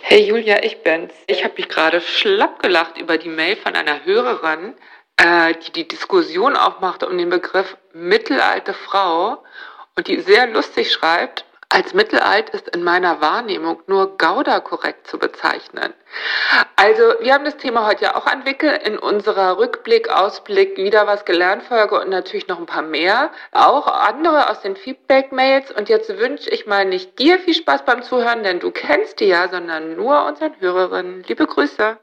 Hey Julia, ich bin's. Ich habe mich gerade schlapp gelacht über die Mail von einer Hörerin, die die Diskussion aufmachte um den Begriff mittelalte Frau und die sehr lustig schreibt, als mittelalt ist in meiner Wahrnehmung nur Gouda korrekt zu bezeichnen. Also wir haben das Thema heute ja auch entwickelt in unserer Rückblick, Ausblick, wieder was gelernt Folge und natürlich noch ein paar mehr. Auch andere aus den Feedback-Mails. Und jetzt wünsche ich mal nicht dir viel Spaß beim Zuhören, denn du kennst die ja, sondern nur unseren Hörerinnen. Liebe Grüße.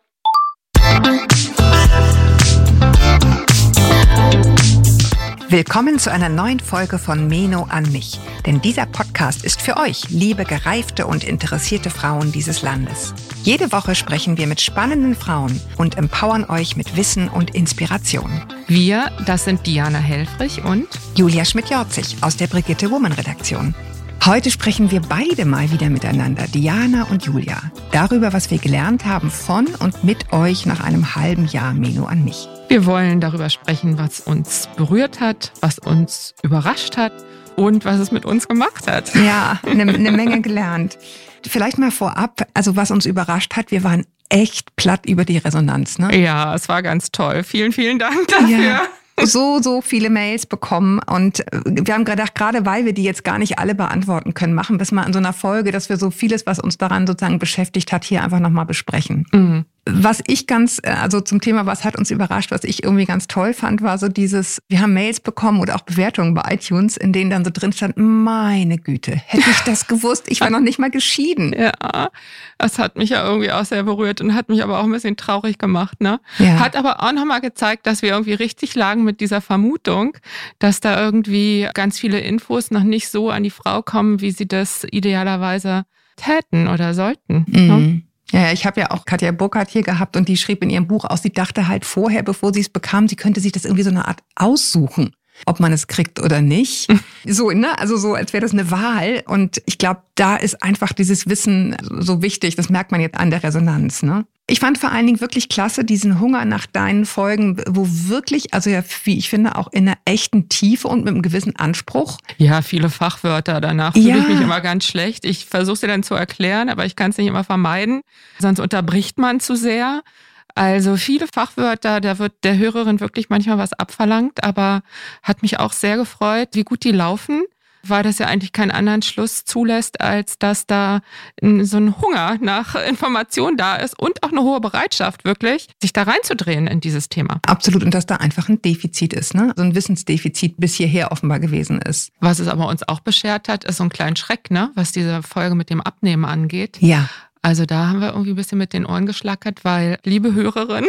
Willkommen zu einer neuen Folge von Meno an mich. Denn dieser Podcast ist für euch, liebe gereifte und interessierte Frauen dieses Landes. Jede Woche sprechen wir mit spannenden Frauen und empowern euch mit Wissen und Inspiration. Wir, das sind Diana Helfrich und Julia Schmidt-Jorzig aus der Brigitte Woman Redaktion. Heute sprechen wir beide mal wieder miteinander, Diana und Julia, darüber, was wir gelernt haben von und mit euch nach einem halben Jahr Meno an mich. Wir wollen darüber sprechen, was uns berührt hat, was uns überrascht hat und was es mit uns gemacht hat. Ja, eine Menge gelernt. Vielleicht mal vorab, also was uns überrascht hat, wir waren echt platt über die Resonanz, ne? Ja, es war ganz toll. Vielen, vielen Dank dafür. Ja. So viele Mails bekommen und wir haben gedacht, gerade weil wir die jetzt gar nicht alle beantworten können, machen wir es mal in so einer Folge, dass wir so vieles, was uns daran sozusagen beschäftigt hat, hier einfach nochmal besprechen. Mhm. Was ich also zum Thema, was hat uns überrascht, was ich irgendwie ganz toll fand, war so wir haben Mails bekommen oder auch Bewertungen bei iTunes, in denen dann so drin stand, meine Güte, hätte ich das gewusst, ich war noch nicht mal geschieden. Ja, das hat mich ja irgendwie auch sehr berührt und hat mich aber auch ein bisschen traurig gemacht, ne? Ja. Hat aber auch nochmal gezeigt, dass wir irgendwie richtig lagen mit dieser Vermutung, dass da irgendwie ganz viele Infos noch nicht so an die Frau kommen, wie sie das idealerweise täten oder sollten. Mhm. Ne? Ja, ich habe ja auch Katja Burkhardt hier gehabt und die schrieb in ihrem Buch aus, sie dachte halt vorher, bevor sie es bekam, sie könnte sich das irgendwie so eine Art aussuchen, ob man es kriegt oder nicht. So, ne? Also so, als wäre das eine Wahl. Und ich glaube, da ist einfach dieses Wissen so wichtig. Das merkt man jetzt an der Resonanz, ne? Ich fand vor allen Dingen wirklich klasse diesen Hunger nach deinen Folgen, wo wirklich, also ja, wie ich finde, auch in einer echten Tiefe und mit einem gewissen Anspruch. Ja, viele Fachwörter. Danach fühle ich mich immer ganz schlecht. Ich versuche sie dann zu erklären, aber ich kann es nicht immer vermeiden. Sonst unterbricht man zu sehr. Also viele Fachwörter, da wird der Hörerin wirklich manchmal was abverlangt, aber hat mich auch sehr gefreut, wie gut die laufen, weil das ja eigentlich keinen anderen Schluss zulässt, als dass da so ein Hunger nach Information da ist und auch eine hohe Bereitschaft wirklich, sich da reinzudrehen in dieses Thema. Absolut, und dass da einfach ein Defizit ist, ne? So ein Wissensdefizit bis hierher offenbar gewesen ist. Was es aber uns auch beschert hat, ist so ein kleiner Schreck, ne? Was diese Folge mit dem Abnehmen angeht. Ja. Also da haben wir irgendwie ein bisschen mit den Ohren geschlackert, weil, liebe Hörerin,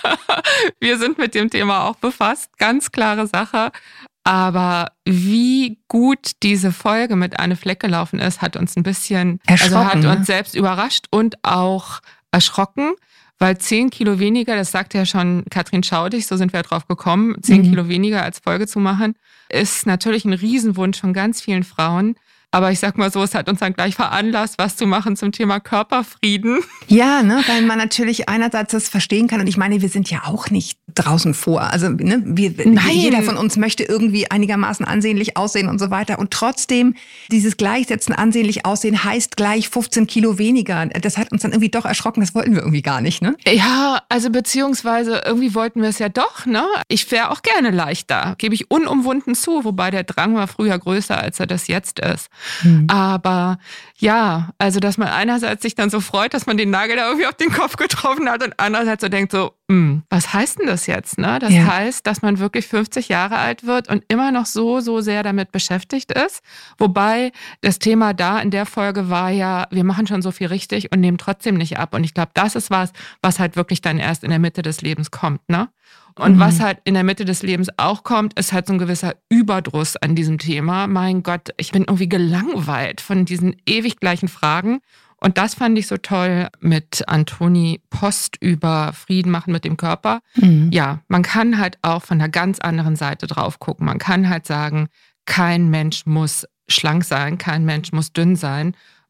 wir sind mit dem Thema auch befasst, ganz klare Sache. Aber wie gut diese Folge mit Anne Fleck gelaufen ist, hat uns ein bisschen, hat uns selbst überrascht und auch erschrocken, weil 10 Kilo weniger, das sagte ja schon Katrin Schaudig, so sind wir drauf gekommen, 10 Kilo weniger als Folge zu machen, ist natürlich ein Riesenwunsch von ganz vielen Frauen. Aber ich sag mal so, es hat uns dann gleich veranlasst, was zu machen zum Thema Körperfrieden. Ja, ne, weil man natürlich einerseits das verstehen kann. Und ich meine, wir sind ja auch nicht draußen vor. Also ne, jeder von uns möchte irgendwie einigermaßen ansehnlich aussehen und so weiter. Und trotzdem, dieses Gleichsetzen ansehnlich aussehen heißt gleich 15 Kilo weniger. Das hat uns dann irgendwie doch erschrocken. Das wollten wir irgendwie gar nicht, ne? Ja, also beziehungsweise irgendwie wollten wir es ja doch, ne? Ich wäre auch gerne leichter, gebe ich unumwunden zu. Wobei der Drang war früher größer, als er das jetzt ist. Aber ja, also dass man einerseits sich dann so freut, dass man den Nagel da irgendwie auf den Kopf getroffen hat und andererseits so denkt so, was heißt denn das jetzt? Ne? Das heißt, dass man wirklich 50 Jahre alt wird und immer noch so sehr damit beschäftigt ist. Wobei das Thema da in der Folge war ja, wir machen schon so viel richtig und nehmen trotzdem nicht ab. Und ich glaube, das ist was halt wirklich dann erst in der Mitte des Lebens kommt, ne? Und was halt in der Mitte des Lebens auch kommt, ist halt so ein gewisser Überdruss an diesem Thema. Mein Gott, ich bin irgendwie gelangweilt von diesen ewig gleichen Fragen. Und das fand ich so toll mit Antoni Post über Frieden machen mit dem Körper. Ja, man kann halt auch von einer ganz anderen Seite drauf gucken. Man kann halt sagen, kein Mensch muss schlank sein, kein Mensch muss dünn sein.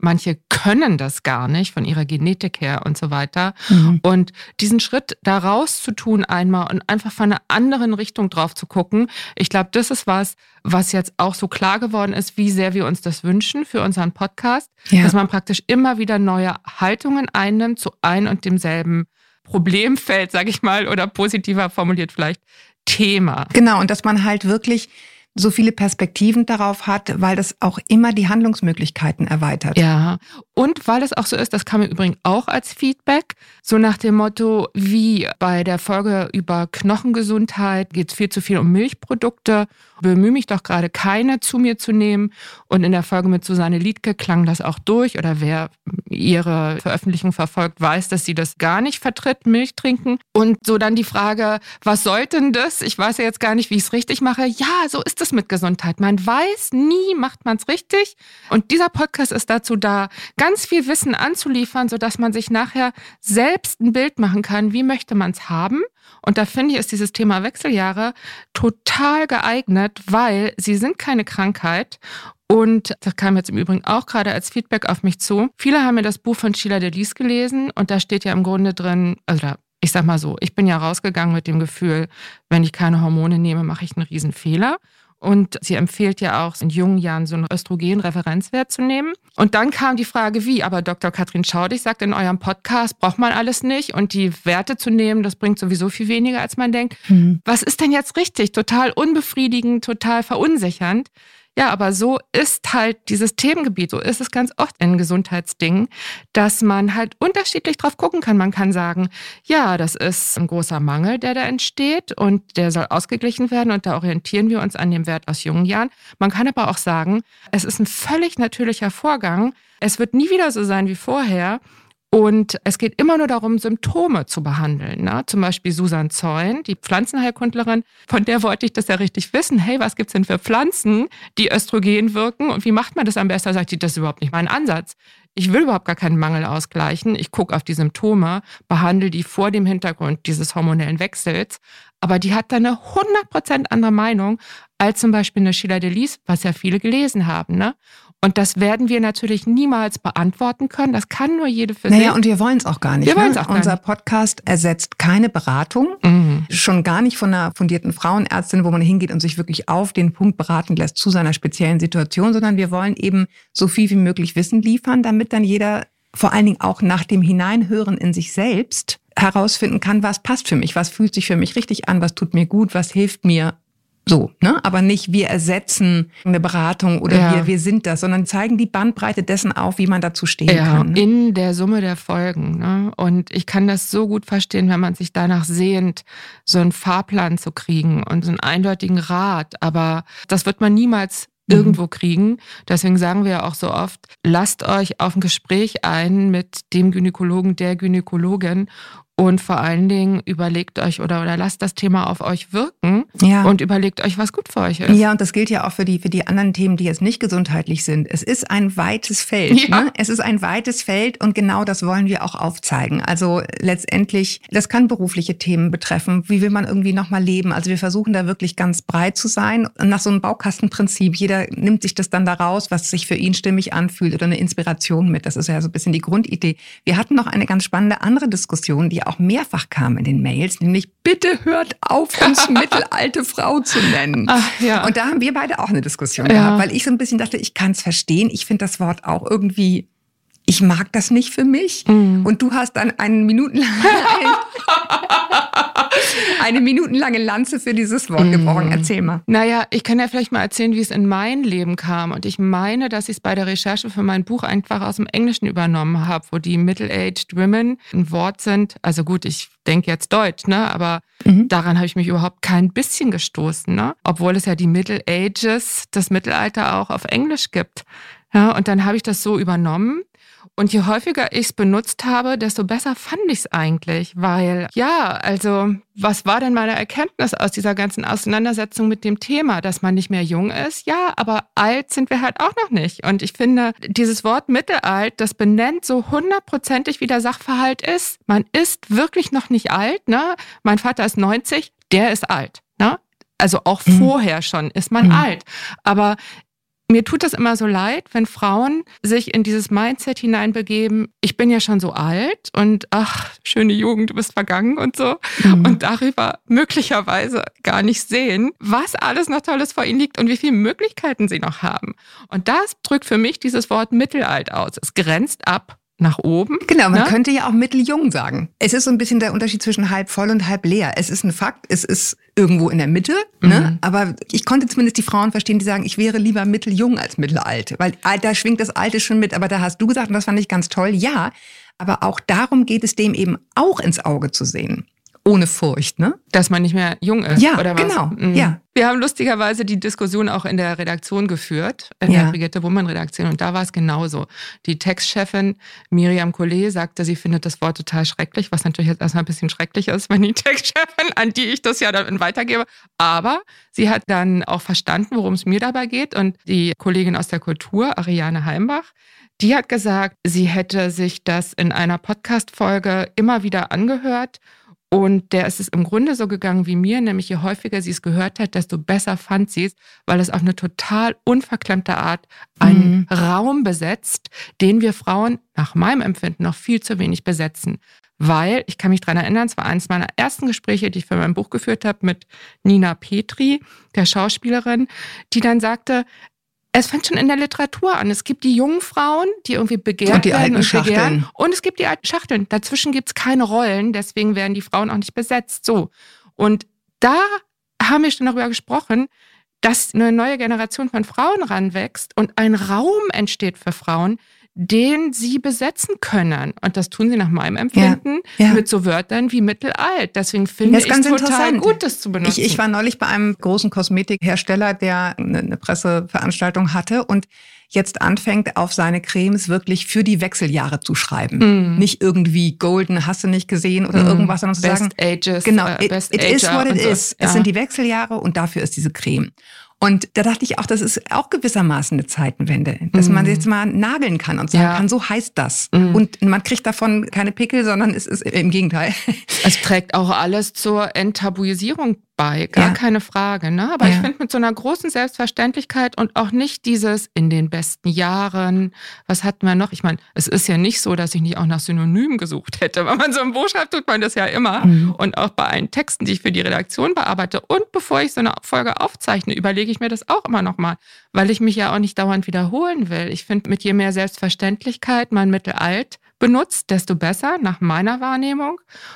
Manche können das gar nicht von ihrer Genetik her und so weiter. Und diesen Schritt da rauszutun einmal und einfach von einer anderen Richtung drauf zu gucken, ich glaube, das ist was jetzt auch so klar geworden ist, wie sehr wir uns das wünschen für unseren Podcast, dass man praktisch immer wieder neue Haltungen einnimmt zu ein und demselben Problemfeld, sage ich mal, oder positiver formuliert vielleicht, Thema. Genau, und dass man halt wirklich so viele Perspektiven darauf hat, weil das auch immer die Handlungsmöglichkeiten erweitert. Ja, und weil es auch so ist, das kam mir übrigens auch als Feedback, so nach dem Motto, wie bei der Folge über Knochengesundheit geht es viel zu viel um Milchprodukte, bemühe mich doch gerade keine zu mir zu nehmen. Und in der Folge mit Susanne Liedtke klang das auch durch, oder wer ihre Veröffentlichung verfolgt, weiß, dass sie das gar nicht vertritt, Milch trinken. Und so dann die Frage, was sollte denn das? Ich weiß ja jetzt gar nicht, wie ich es richtig mache. Ja, so ist es mit Gesundheit. Man weiß nie, macht man es richtig. Und dieser Podcast ist dazu da, ganz viel Wissen anzuliefern, sodass man sich nachher selbst ein Bild machen kann, wie möchte man es haben. Und da finde ich, ist dieses Thema Wechseljahre total geeignet, weil sie sind keine Krankheit. Und das kam jetzt im Übrigen auch gerade als Feedback auf mich zu. Viele haben mir das Buch von Sheila Delis gelesen und da steht ja im Grunde drin, also ich sag mal so, ich bin ja rausgegangen mit dem Gefühl, wenn ich keine Hormone nehme, mache ich einen Riesenfehler. Und sie empfiehlt ja auch, in jungen Jahren so einen Östrogen-Referenzwert zu nehmen. Und dann kam die Frage, wie? Aber Dr. Katrin Schaudig sagt, in eurem Podcast braucht man alles nicht. Und die Werte zu nehmen, das bringt sowieso viel weniger, als man denkt. Was ist denn jetzt richtig? Total unbefriedigend, total verunsichernd. Ja, aber so ist halt dieses Themengebiet, so ist es ganz oft in Gesundheitsdingen, dass man halt unterschiedlich drauf gucken kann. Man kann sagen, ja, das ist ein großer Mangel, der da entsteht und der soll ausgeglichen werden und da orientieren wir uns an dem Wert aus jungen Jahren. Man kann aber auch sagen, es ist ein völlig natürlicher Vorgang. Es wird nie wieder so sein wie vorher. Und es geht immer nur darum, Symptome zu behandeln. Ne? Zum Beispiel Susan Zeun, die Pflanzenheilkundlerin, von der wollte ich das ja richtig wissen. Hey, was gibt's denn für Pflanzen, die Östrogen wirken und wie macht man das am besten? Da sagt sie, das ist überhaupt nicht mein Ansatz. Ich will überhaupt gar keinen Mangel ausgleichen. Ich gucke auf die Symptome, behandle die vor dem Hintergrund dieses hormonellen Wechsels. Aber die hat da eine 100% andere Meinung als zum Beispiel eine Sheila Delis, was ja viele gelesen haben. Ne? Und das werden wir natürlich niemals beantworten können. Das kann nur jede für sich. Naja, und wir wollen es auch gar nicht. Unser Podcast ersetzt keine Beratung. Schon gar nicht von einer fundierten Frauenärztin, wo man hingeht und sich wirklich auf den Punkt beraten lässt zu seiner speziellen Situation, sondern wir wollen eben so viel wie möglich Wissen liefern, damit dann jeder vor allen Dingen auch nach dem Hineinhören in sich selbst herausfinden kann, was passt für mich, was fühlt sich für mich richtig an, was tut mir gut, was hilft mir. So, ne? Aber nicht, wir ersetzen eine Beratung oder wir sind das, sondern zeigen die Bandbreite dessen auf, wie man dazu stehen kann. Ne? In der Summe der Folgen. Ne? Und ich kann das so gut verstehen, wenn man sich danach sehnt, so einen Fahrplan zu kriegen und so einen eindeutigen Rat. Aber das wird man niemals irgendwo kriegen. Deswegen sagen wir ja auch so oft, lasst euch auf ein Gespräch ein mit dem Gynäkologen, der Gynäkologin. Und vor allen Dingen überlegt euch oder lasst das Thema auf euch wirken und überlegt euch, was gut für euch ist. Ja, und das gilt ja auch für die anderen Themen, die jetzt nicht gesundheitlich sind. Es ist ein weites Feld. Ja. Ne? Es ist ein weites Feld und genau das wollen wir auch aufzeigen. Also letztendlich, das kann berufliche Themen betreffen. Wie will man irgendwie nochmal leben? Also wir versuchen da wirklich ganz breit zu sein. Und nach so einem Baukastenprinzip, jeder nimmt sich das dann da raus, was sich für ihn stimmig anfühlt oder eine Inspiration mit. Das ist ja so ein bisschen die Grundidee. Wir hatten noch eine ganz spannende andere Diskussion, die auch mehrfach kam in den Mails, nämlich bitte hört auf, uns mittelalte Frau zu nennen. Ach, ja. Und da haben wir beide auch eine Diskussion gehabt, weil ich so ein bisschen dachte, ich kann es verstehen. Ich finde das Wort auch irgendwie, ich mag das nicht für mich. Und du hast dann eine minutenlange Lanze für dieses Wort gebrochen. Erzähl mal. Naja, ich kann ja vielleicht mal erzählen, wie es in mein Leben kam. Und ich meine, dass ich es bei der Recherche für mein Buch einfach aus dem Englischen übernommen habe, wo die Middle-Aged Women ein Wort sind. Also gut, ich denke jetzt Deutsch, ne? Aber daran habe ich mich überhaupt kein bisschen gestoßen, ne? Obwohl es ja die Middle Ages, das Mittelalter auch auf Englisch gibt. Ja, und dann habe ich das so übernommen. Und je häufiger ich es benutzt habe, desto besser fand ich es eigentlich. Weil, also, was war denn meine Erkenntnis aus dieser ganzen Auseinandersetzung mit dem Thema? Dass man nicht mehr jung ist? Ja, aber alt sind wir halt auch noch nicht. Und ich finde, dieses Wort mittelalt, das benennt so 100%ig, wie der Sachverhalt ist. Man ist wirklich noch nicht alt, ne? Mein Vater ist 90, der ist alt, ne? Also auch vorher schon ist man alt. Aber Mir tut das immer so leid, wenn Frauen sich in dieses Mindset hineinbegeben, ich bin ja schon so alt und ach, schöne Jugend, du bist vergangen und so. Und darüber möglicherweise gar nicht sehen, was alles noch Tolles vor ihnen liegt und wie viele Möglichkeiten sie noch haben. Und das drückt für mich dieses Wort mittelalt aus. Es grenzt ab nach oben. Genau, man könnte ja auch mitteljung sagen. Es ist so ein bisschen der Unterschied zwischen halb voll und halb leer. Es ist ein Fakt, es ist irgendwo in der Mitte. Ne? Aber ich konnte zumindest die Frauen verstehen, die sagen, ich wäre lieber mitteljung als mittelalt. Weil da schwingt das Alte schon mit. Aber da hast du gesagt, und das fand ich ganz toll, ja. Aber auch darum geht es, dem eben auch ins Auge zu sehen. Ohne Furcht, ne? Dass man nicht mehr jung ist, ja, oder was? Genau, ja. Wir haben lustigerweise die Diskussion auch in der Redaktion geführt, in der Brigitte Woman-Redaktion, und da war es genauso. Die Textchefin Miriam Collet sagte, sie findet das Wort total schrecklich, was natürlich jetzt erstmal ein bisschen schrecklich ist, wenn die Textchefin, an die ich das ja dann weitergebe, aber sie hat dann auch verstanden, worum es mir dabei geht, und die Kollegin aus der Kultur, Ariane Heimbach, die hat gesagt, sie hätte sich das in einer Podcast-Folge immer wieder angehört. Und der ist es im Grunde so gegangen wie mir, nämlich je häufiger sie es gehört hat, desto besser fand sie es, weil es auf eine total unverklemmte Art einen Raum besetzt, den wir Frauen nach meinem Empfinden noch viel zu wenig besetzen. Weil, ich kann mich daran erinnern, es war eines meiner ersten Gespräche, die ich für mein Buch geführt habe mit Nina Petri, der Schauspielerin, die dann sagte, es fängt schon in der Literatur an. Es gibt die jungen Frauen, die irgendwie begehrt werden und begehren. Und es gibt die alten Schachteln. Dazwischen gibt's keine Rollen, deswegen werden die Frauen auch nicht besetzt. So. Und da haben wir schon darüber gesprochen, dass eine neue Generation von Frauen ranwächst und ein Raum entsteht für Frauen, den sie besetzen können. Und das tun sie nach meinem Empfinden mit so Wörtern wie mittelalt. Deswegen finde ich es total gut, das zu benutzen. Ich war neulich bei einem großen Kosmetikhersteller, der eine Presseveranstaltung hatte und jetzt anfängt, auf seine Cremes wirklich für die Wechseljahre zu schreiben. Nicht irgendwie golden, hast du nicht gesehen oder irgendwas, sondern zu sagen, Ages, genau, Best it is what it is. So. Ja. Es sind die Wechseljahre und dafür ist diese Creme. Und da dachte ich auch, das ist auch gewissermaßen eine Zeitenwende, dass man jetzt mal nageln kann und sagen kann, so heißt das. Und man kriegt davon keine Pickel, sondern es ist im Gegenteil. Es trägt auch alles zur Enttabuisierung bei, gar keine Frage. Ne? Aber ich finde mit so einer großen Selbstverständlichkeit und auch nicht dieses in den besten Jahren, was hatten wir noch? Ich meine, es ist ja nicht so, dass ich nicht auch nach Synonymen gesucht hätte. Wenn man so ein Buch schreibt, tut man das ja immer. Und auch bei allen Texten, die ich für die Redaktion bearbeite. Und bevor ich so eine Folge aufzeichne, überlege ich mir das auch immer nochmal, weil ich mich ja auch nicht dauernd wiederholen will. Ich finde, mit je mehr Selbstverständlichkeit man mittelalt benutzt, desto besser, nach meiner Wahrnehmung.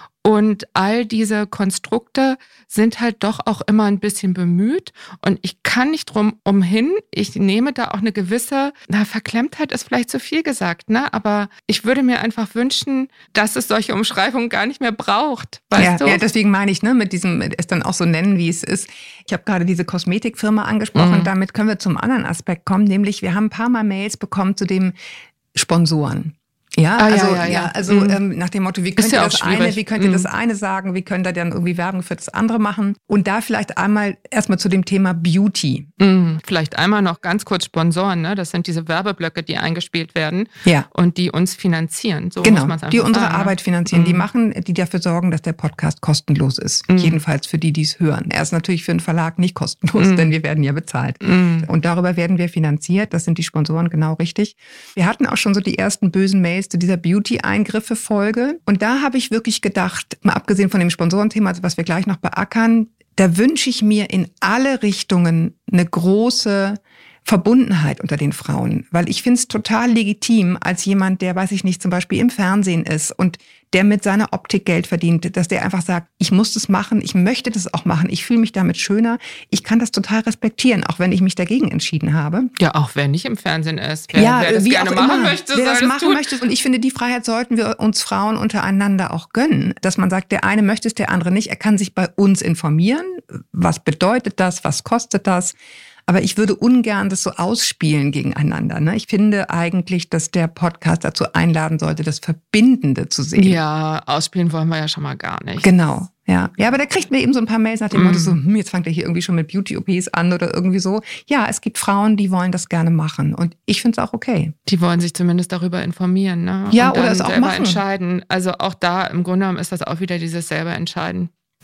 Und all diese Konstrukte sind halt doch auch immer ein bisschen bemüht. Und ich kann nicht drum umhin. Ich nehme da auch eine gewisse, Verklemmtheit ist vielleicht zu viel gesagt, ne? Aber ich würde mir einfach wünschen, dass es solche Umschreibungen gar nicht mehr braucht. Weißt du? Ja, deswegen meine ich, ne, mit diesem, es dann auch so nennen, wie es ist. Ich habe gerade diese Kosmetikfirma angesprochen. Damit können wir zum anderen Aspekt kommen, nämlich wir haben ein paar Mal Mails bekommen zu dem Sponsoren. Ja, also nach dem Motto, wie könnt ihr das eine sagen, wie könnt ihr dann irgendwie Werbung für das andere machen? Und da vielleicht erstmal zu dem Thema Beauty. Vielleicht einmal noch ganz kurz Sponsoren, ne? Das sind diese Werbeblöcke, die eingespielt werden und die uns finanzieren. So genau, muss man's einfach die unsere sagen, Arbeit finanzieren, die dafür sorgen, dass der Podcast kostenlos ist. Jedenfalls für die, die es hören. Er ist natürlich für einen Verlag nicht kostenlos, denn wir werden ja bezahlt. Und darüber werden wir finanziert. Das sind die Sponsoren, genau richtig. Wir hatten auch schon so die ersten bösen Mails zu dieser Beauty-Eingriffe-Folge. Und da habe ich wirklich gedacht, mal abgesehen von dem Sponsorenthema, also was wir gleich noch beackern, da wünsche ich mir in alle Richtungen eine große Verbundenheit unter den Frauen. Weil ich finde es total legitim, als jemand, der, weiß ich nicht, zum Beispiel im Fernsehen ist und der mit seiner Optik Geld verdient, dass der einfach sagt, ich muss das machen, ich möchte das auch machen, ich fühle mich damit schöner. Ich kann das total respektieren, auch wenn ich mich dagegen entschieden habe. Ja, auch wer nicht im Fernsehen ist. Wer das gerne machen möchte, wer das machen möchte. Und ich finde, die Freiheit sollten wir uns Frauen untereinander auch gönnen. Dass man sagt, der eine möchte es, der andere nicht. Er kann sich bei uns informieren. Was bedeutet das? Was kostet das? Aber ich würde ungern das so ausspielen gegeneinander. Ne? Ich finde eigentlich, dass der Podcast dazu einladen sollte, das Verbindende zu sehen. Ja, ausspielen wollen wir ja schon mal gar nicht. Genau, ja. Ja, aber da kriegt mir eben so ein paar Mails nach dem Motto so, jetzt fängt er hier irgendwie schon mit Beauty-OPs an oder irgendwie so. Ja, es gibt Frauen, die wollen das gerne machen und ich finde es auch okay. Die wollen sich zumindest darüber informieren, ne? Ja, und dann oder es auch selber machen. Entscheiden. Also auch da im Grunde genommen ist das auch wieder dieses selber entscheiden.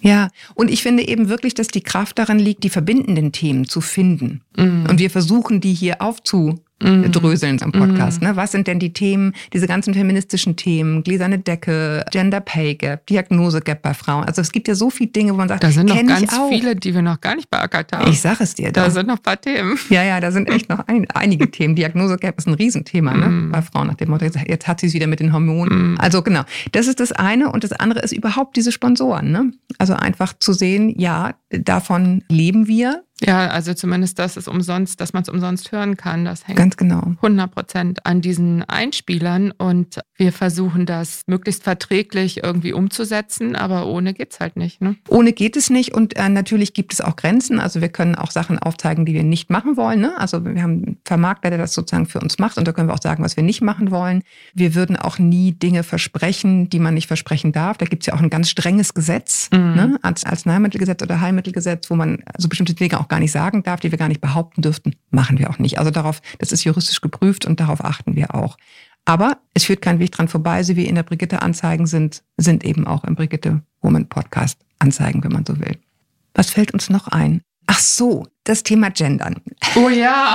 Ja, und ich finde eben wirklich, dass die Kraft darin liegt, die verbindenden Themen zu finden. Und wir versuchen, die hier aufzudröseln im Podcast. Ne? Was sind denn die Themen, diese ganzen feministischen Themen, gläserne Decke, Gender Pay Gap, Diagnose Gap bei Frauen. Also es gibt ja so viele Dinge, wo man sagt, da sind noch ganz viele, die wir noch gar nicht beackert haben. Ich sage es dir. Da sind noch ein paar Themen. Ja, da sind echt noch einige Themen. Diagnose Gap ist ein Riesenthema ne? Bei Frauen, nach dem Motto, jetzt hat sie es wieder mit den Hormonen. Also genau, das ist das eine. Und das andere ist überhaupt diese Sponsoren. Ne? Also einfach zu sehen, ja, davon leben wir. Ja, also zumindest das ist umsonst, dass man es umsonst hören kann. Das hängt ganz genau 100% an diesen Einspielern und wir versuchen das möglichst verträglich irgendwie umzusetzen, aber ohne geht's halt nicht. Ne? Ohne geht es nicht und natürlich gibt es auch Grenzen. Also wir können auch Sachen aufzeigen, die wir nicht machen wollen. Ne? Also wir haben einen Vermarkter, der das sozusagen für uns macht und da können wir auch sagen, was wir nicht machen wollen. Wir würden auch nie Dinge versprechen, die man nicht versprechen darf. Da gibt es ja auch ein ganz strenges Gesetz, ne? Arzneimittelgesetz oder Heilmittelgesetz, wo man also bestimmte Dinge auch gar nicht sagen darf, die wir gar nicht behaupten dürften, machen wir auch nicht. Also das ist juristisch geprüft und darauf achten wir auch. Aber es führt kein Weg dran vorbei, so wie in der Brigitte-Anzeigen sind eben auch im Brigitte-Woman-Podcast Anzeigen, wenn man so will. Was fällt uns noch ein? Ach so, das Thema Gendern. Oh ja.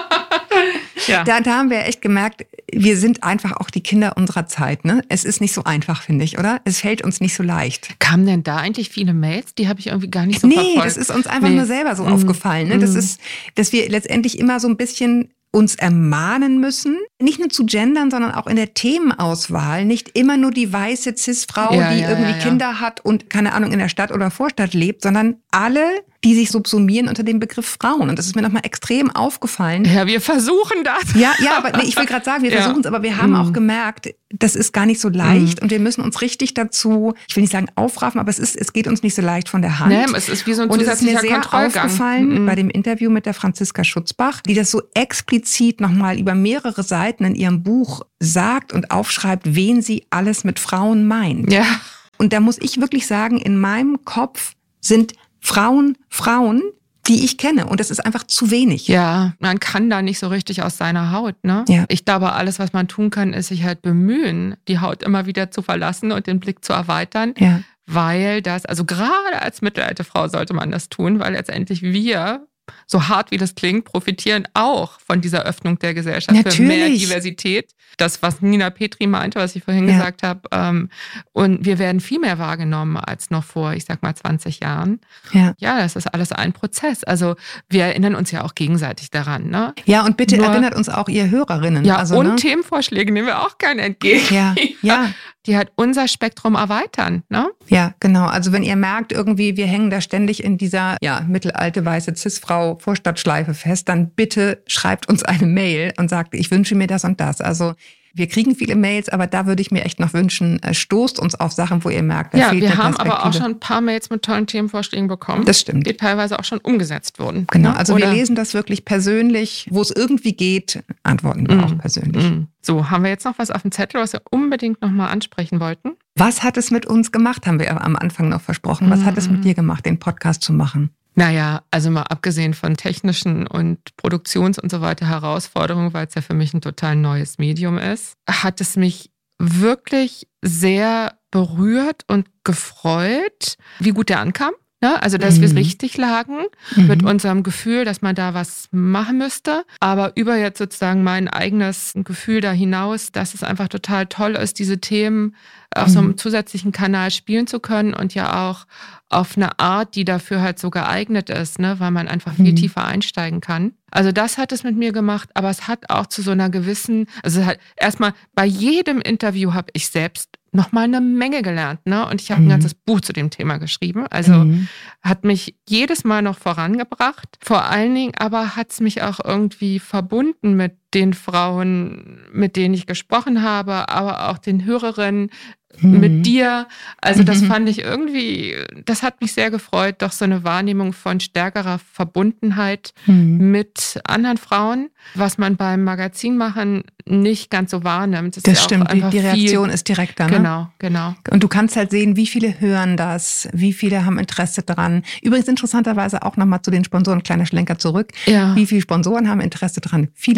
Ja. Da haben wir echt gemerkt, wir sind einfach auch die Kinder unserer Zeit. Ne? Es ist nicht so einfach, finde ich, oder? Es fällt uns nicht so leicht. Kamen denn da eigentlich viele Mails? Die habe ich irgendwie gar nicht so verfolgt. Nee, das ist uns einfach nur selber so aufgefallen. Ne? Das ist, dass wir letztendlich immer so ein bisschen uns ermahnen müssen, nicht nur zu gendern, sondern auch in der Themenauswahl, nicht immer nur die weiße Cis-Frau, die irgendwie Kinder hat und, keine Ahnung, in der Stadt oder Vorstadt lebt, sondern alle, die sich subsumieren unter dem Begriff Frauen. Und das ist mir nochmal extrem aufgefallen. Ja, wir versuchen das. Ja, aber nee, ich will gerade sagen, wir versuchen es, aber wir haben auch gemerkt, das ist gar nicht so leicht und wir müssen uns richtig dazu, ich will nicht sagen aufraffen, aber es geht uns nicht so leicht von der Hand. Nee, es ist wie so ein zusätzlicher Kontrollgang. Und es ist mir sehr aufgefallen bei dem Interview mit der Franziska Schutzbach, die das so explizit nochmal über mehrere Seiten in ihrem Buch sagt und aufschreibt, wen sie alles mit Frauen meint. Ja. Und da muss ich wirklich sagen, in meinem Kopf sind Frauen, die ich kenne. Und das ist einfach zu wenig. Ja, man kann da nicht so richtig aus seiner Haut. Ne? Ja. Ich glaube, alles, was man tun kann, ist sich halt bemühen, die Haut immer wieder zu verlassen und den Blick zu erweitern. Ja. Weil das, also gerade als mittelalte Frau sollte man das tun, weil letztendlich wir, so hart wie das klingt, profitieren auch von dieser Öffnung der Gesellschaft für mehr Diversität. Das, was Nina Petri meinte, was ich vorhin gesagt habe. Und wir werden viel mehr wahrgenommen als noch vor, ich sag mal, 20 Jahren. Ja, das ist alles ein Prozess. Also wir erinnern uns ja auch gegenseitig daran. Ne? Ja, und bitte erinnert uns auch ihr Hörerinnen. Ja, also, und Themenvorschläge nehmen wir auch gerne entgegen. Ja. Die halt unser Spektrum erweitern. Ne? Ja, genau. Also wenn ihr merkt, irgendwie, wir hängen da ständig in dieser mittelalte weiße Cis-Frau Vorstadtschleife fest, dann bitte schreibt uns eine Mail und sagt, ich wünsche mir das und das. Also wir kriegen viele Mails, aber da würde ich mir echt noch wünschen, stoßt uns auf Sachen, wo ihr merkt, da fehlt wir eine haben Perspektive. aber auch schon ein paar Mails mit tollen Themenvorschlägen bekommen. Das stimmt. Die teilweise auch schon umgesetzt wurden. Genau, also wir lesen das wirklich persönlich. Wo es irgendwie geht, antworten wir auch persönlich. So, haben wir jetzt noch was auf dem Zettel, was wir unbedingt nochmal ansprechen wollten? Was hat es mit uns gemacht, haben wir am Anfang noch versprochen. Was hat es mit dir gemacht, den Podcast zu machen? Naja, also mal abgesehen von technischen und Produktions- und so weiter Herausforderungen, weil es ja für mich ein total neues Medium ist, hat es mich wirklich sehr berührt und gefreut, wie gut der ankam. Ne? Also, dass wir es richtig lagen mit unserem Gefühl, dass man da was machen müsste. Aber über jetzt sozusagen mein eigenes Gefühl da hinaus, dass es einfach total toll ist, diese Themen auf so einem zusätzlichen Kanal spielen zu können und ja auch auf eine Art, die dafür halt so geeignet ist, ne? Weil man einfach viel tiefer einsteigen kann. Also das hat es mit mir gemacht, aber es hat auch zu so einer gewissen, also halt erstmal bei jedem Interview habe ich selbst nochmal eine Menge gelernt, ne? Und ich habe ein ganzes Buch zu dem Thema geschrieben. Also hat mich jedes Mal noch vorangebracht. Vor allen Dingen aber hat es mich auch irgendwie verbunden mit den Frauen, mit denen ich gesprochen habe, aber auch den Hörerinnen, mit dir. Also das fand ich irgendwie, das hat mich sehr gefreut, doch so eine Wahrnehmung von stärkerer Verbundenheit mit anderen Frauen, was man beim Magazinmachen nicht ganz so wahrnimmt. Das stimmt, die Reaktion ist direkter. Ne? Genau. Und du kannst halt sehen, wie viele hören das, wie viele haben Interesse dran. Übrigens interessanterweise auch nochmal zu den Sponsoren, kleiner Schlenker zurück. Ja. Wie viele Sponsoren haben Interesse dran? Viele im Übrigen.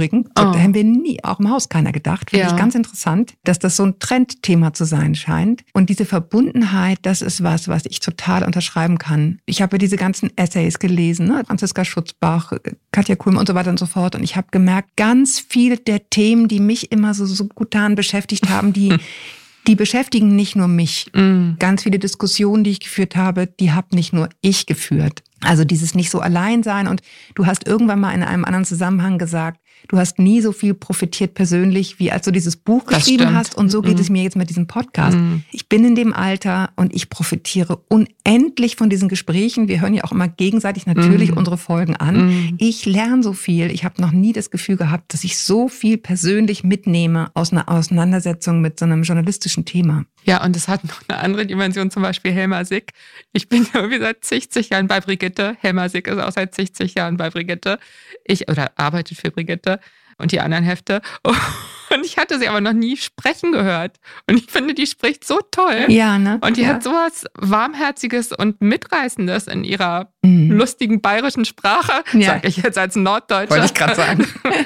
kriegen. Da haben wir nie, auch im Haus keiner gedacht. Finde ich ganz interessant, dass das so ein Trendthema zu sein scheint. Und diese Verbundenheit, das ist was ich total unterschreiben kann. Ich habe diese ganzen Essays gelesen, ne? Franziska Schutzbach, Katja Kuhlmann und so weiter und so fort. Und ich habe gemerkt, ganz viele der Themen, die mich immer so subkutan beschäftigt haben, die beschäftigen nicht nur mich. Ganz viele Diskussionen, die ich geführt habe, die habe nicht nur ich geführt. Also dieses nicht so allein sein. Und du hast irgendwann mal in einem anderen Zusammenhang gesagt, du hast nie so viel profitiert persönlich, wie als du dieses Buch geschrieben hast. Und so geht es mir jetzt mit diesem Podcast. Ich bin in dem Alter und ich profitiere unendlich von diesen Gesprächen. Wir hören ja auch immer gegenseitig natürlich unsere Folgen an. Ich lerne so viel. Ich habe noch nie das Gefühl gehabt, dass ich so viel persönlich mitnehme aus einer Auseinandersetzung mit so einem journalistischen Thema. Ja, und es hat noch eine andere Dimension, zum Beispiel Helma Sick. Ich bin irgendwie seit 60 Jahren bei Brigitte. Helma Sick ist auch seit 60 Jahren bei Brigitte. Oder arbeitet für Brigitte und die anderen Hefte. Und ich hatte sie aber noch nie sprechen gehört. Und ich finde, die spricht so toll. Ja, ne? Und die hat sowas Warmherziges und Mitreißendes in ihrer lustigen bayerischen Sprache, sage ich jetzt als Norddeutscher. Wollte ich gerade sagen.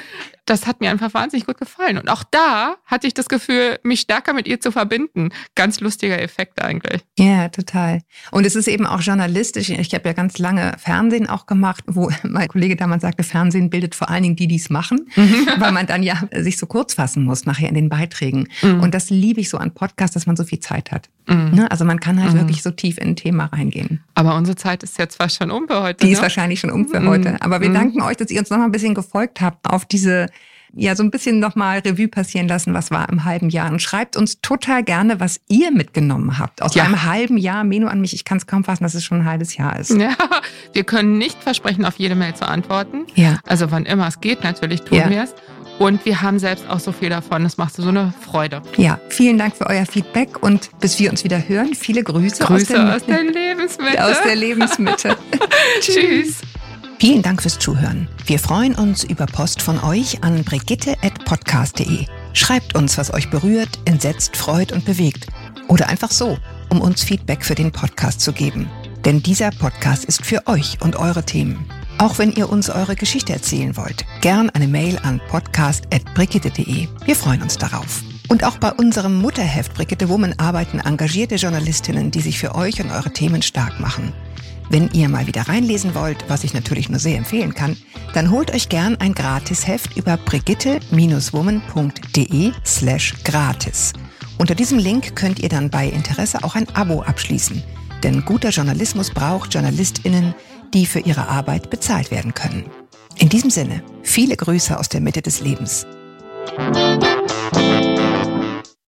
Das hat mir einfach wahnsinnig gut gefallen. Und auch da hatte ich das Gefühl, mich stärker mit ihr zu verbinden. Ganz lustiger Effekt eigentlich. Ja, total. Und es ist eben auch journalistisch. Ich habe ja ganz lange Fernsehen auch gemacht, wo mein Kollege damals sagte, Fernsehen bildet vor allen Dingen die es machen, weil man dann ja sich so kurz fassen muss nachher in den Beiträgen. Und das liebe ich so an Podcasts, dass man so viel Zeit hat. Ne? Also man kann halt wirklich so tief in ein Thema reingehen. Aber unsere Zeit ist jetzt fast schon um für heute. Die ist wahrscheinlich schon um für heute. Aber wir danken euch, dass ihr uns noch mal ein bisschen gefolgt habt auf diese, ja, so ein bisschen nochmal Revue passieren lassen, was war im halben Jahr. Und schreibt uns total gerne, was ihr mitgenommen habt aus einem halben Jahr. Meno an mich, ich kann es kaum fassen, dass es schon ein halbes Jahr ist. Ja, wir können nicht versprechen, auf jede Mail zu antworten. Ja. Also wann immer es geht, natürlich tun wir es. Und wir haben selbst auch so viel davon. Das macht so eine Freude. Ja, vielen Dank für euer Feedback und bis wir uns wieder hören, viele Grüße aus der Lebensmitte. Aus der Lebensmitte. Tschüss. Vielen Dank fürs Zuhören. Wir freuen uns über Post von euch an brigitte@podcast.de. Schreibt uns, was euch berührt, entsetzt, freut und bewegt. Oder einfach so, um uns Feedback für den Podcast zu geben. Denn dieser Podcast ist für euch und eure Themen. Auch wenn ihr uns eure Geschichte erzählen wollt, gern eine Mail an podcast@brigitte.de. Wir freuen uns darauf. Und auch bei unserem Mutterheft Brigitte Woman arbeiten engagierte Journalistinnen, die sich für euch und eure Themen stark machen. Wenn ihr mal wieder reinlesen wollt, was ich natürlich nur sehr empfehlen kann, dann holt euch gern ein Gratisheft über brigitte-woman.de/gratis. Unter diesem Link könnt ihr dann bei Interesse auch ein Abo abschließen. Denn guter Journalismus braucht JournalistInnen, die für ihre Arbeit bezahlt werden können. In diesem Sinne, viele Grüße aus der Mitte des Lebens.